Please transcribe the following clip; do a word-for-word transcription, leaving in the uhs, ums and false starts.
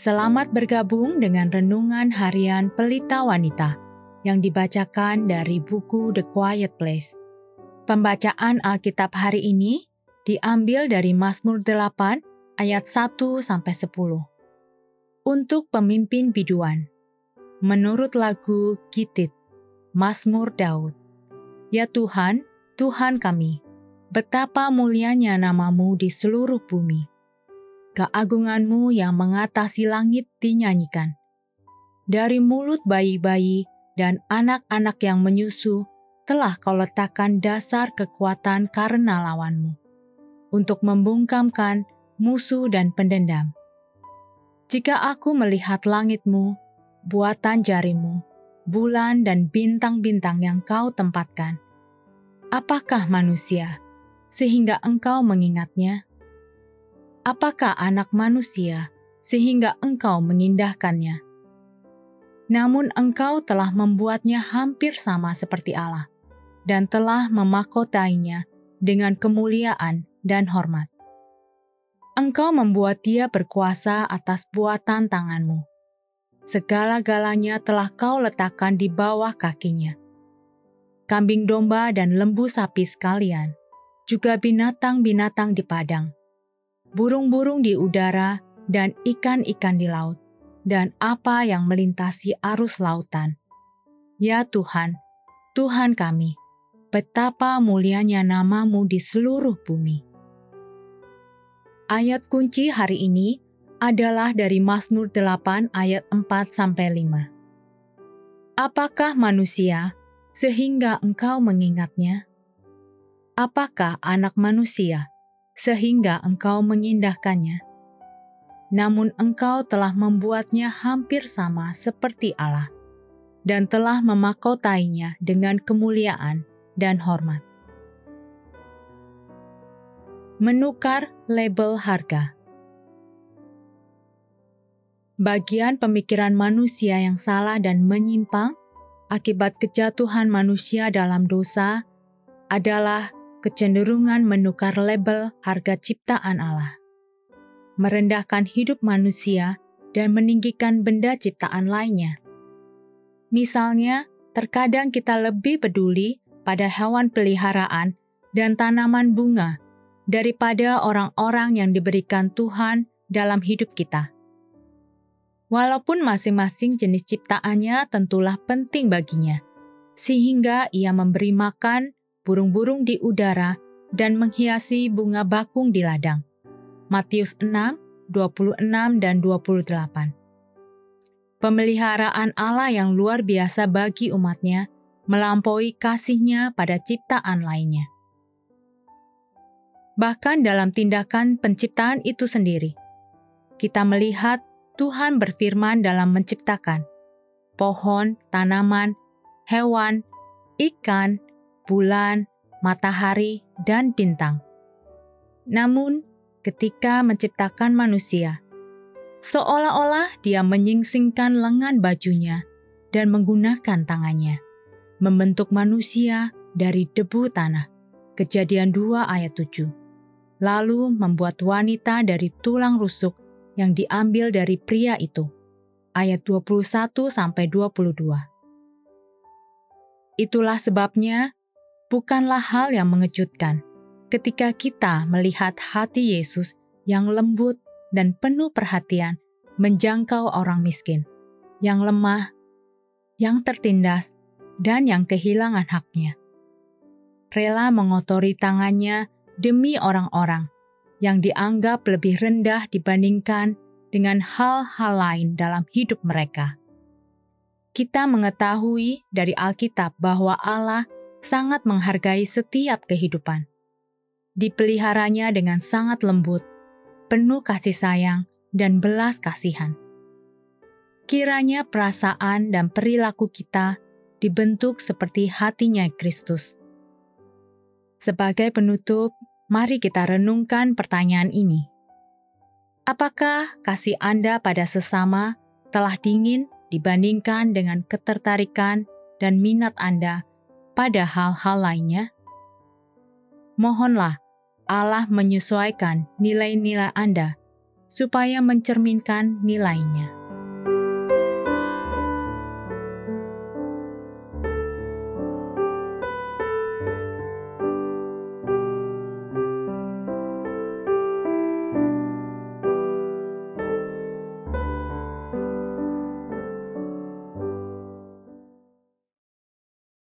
Selamat bergabung dengan Renungan Harian Pelita Wanita yang dibacakan dari buku The Quiet Place. Pembacaan Alkitab hari ini diambil dari Mazmur delapan ayat satu sampai sepuluh. Untuk pemimpin biduan, menurut lagu Gitit, Mazmur Daud. Ya Tuhan, Tuhan kami, betapa mulianya namamu di seluruh bumi. Keagunganmu yang mengatasi langit dinyanyikan. Dari mulut bayi-bayi dan anak-anak yang menyusu, telah kau letakkan dasar kekuatan karena lawanmu, untuk membungkamkan musuh dan pendendam. Jika aku melihat langitmu, buatan jarimu, bulan dan bintang-bintang yang kau tempatkan, apakah manusia, sehingga engkau mengingatnya? Apakah anak manusia, sehingga engkau mengindahkannya? Namun engkau telah membuatnya hampir sama seperti Allah, dan telah memahkotainya dengan kemuliaan dan hormat. Engkau membuat dia berkuasa atas buatan tanganmu. Segala-galanya telah kau letakkan di bawah kakinya. Kambing domba dan lembu sapi sekalian, juga binatang-binatang di padang, burung-burung di udara, dan ikan-ikan di laut, dan apa yang melintasi arus lautan. Ya Tuhan, Tuhan kami, betapa mulianya namamu di seluruh bumi. Ayat kunci hari ini adalah dari Mazmur delapan ayat empat sampai lima. Apakah manusia, sehingga engkau mengingatnya? Apakah anak manusia, sehingga engkau mengindahkannya? Namun engkau telah membuatnya hampir sama seperti Allah, dan telah memahkotainya dengan kemuliaan dan hormat. Menukar label harga. Bagian pemikiran manusia yang salah dan menyimpang akibat kejatuhan manusia dalam dosa adalah kecenderungan menukar label harga ciptaan Allah, merendahkan hidup manusia, dan meninggikan benda ciptaan lainnya. Misalnya, terkadang kita lebih peduli pada hewan peliharaan dan tanaman bunga daripada orang-orang yang diberikan Tuhan dalam hidup kita. Walaupun masing-masing jenis ciptaannya tentulah penting baginya, sehingga ia memberi makan burung-burung di udara, dan menghiasi bunga bakung di ladang. Matius enam, dua puluh enam dan dua puluh delapan. Pemeliharaan Allah yang luar biasa bagi umatnya melampaui kasih-Nya pada ciptaan lainnya. Bahkan dalam tindakan penciptaan itu sendiri, kita melihat Tuhan berfirman dalam menciptakan pohon, tanaman, hewan, ikan, bulan, matahari, dan bintang. Namun, ketika menciptakan manusia, seolah-olah Dia menyingsingkan lengan bajunya dan menggunakan tangannya, membentuk manusia dari debu tanah. Kejadian dua ayat tujuh. Lalu membuat wanita dari tulang rusuk yang diambil dari pria itu. Ayat dua puluh satu sampai dua puluh dua. Itulah sebabnya bukanlah hal yang mengejutkan ketika kita melihat hati Yesus yang lembut dan penuh perhatian menjangkau orang miskin, yang lemah, yang tertindas, dan yang kehilangan haknya. Rela mengotori tangannya demi orang-orang yang dianggap lebih rendah dibandingkan dengan hal-hal lain dalam hidup mereka. Kita mengetahui dari Alkitab bahwa Allah sangat menghargai setiap kehidupan. Dipeliharanya dengan sangat lembut, penuh kasih sayang, dan belas kasihan. Kiranya perasaan dan perilaku kita dibentuk seperti hatinya Kristus. Sebagai penutup, mari kita renungkan pertanyaan ini. Apakah kasih Anda pada sesama telah dingin dibandingkan dengan ketertarikan dan minat Anda pada hal-hal lainnya? Mohonlah Allah menyesuaikan nilai-nilai Anda supaya mencerminkan nilainya.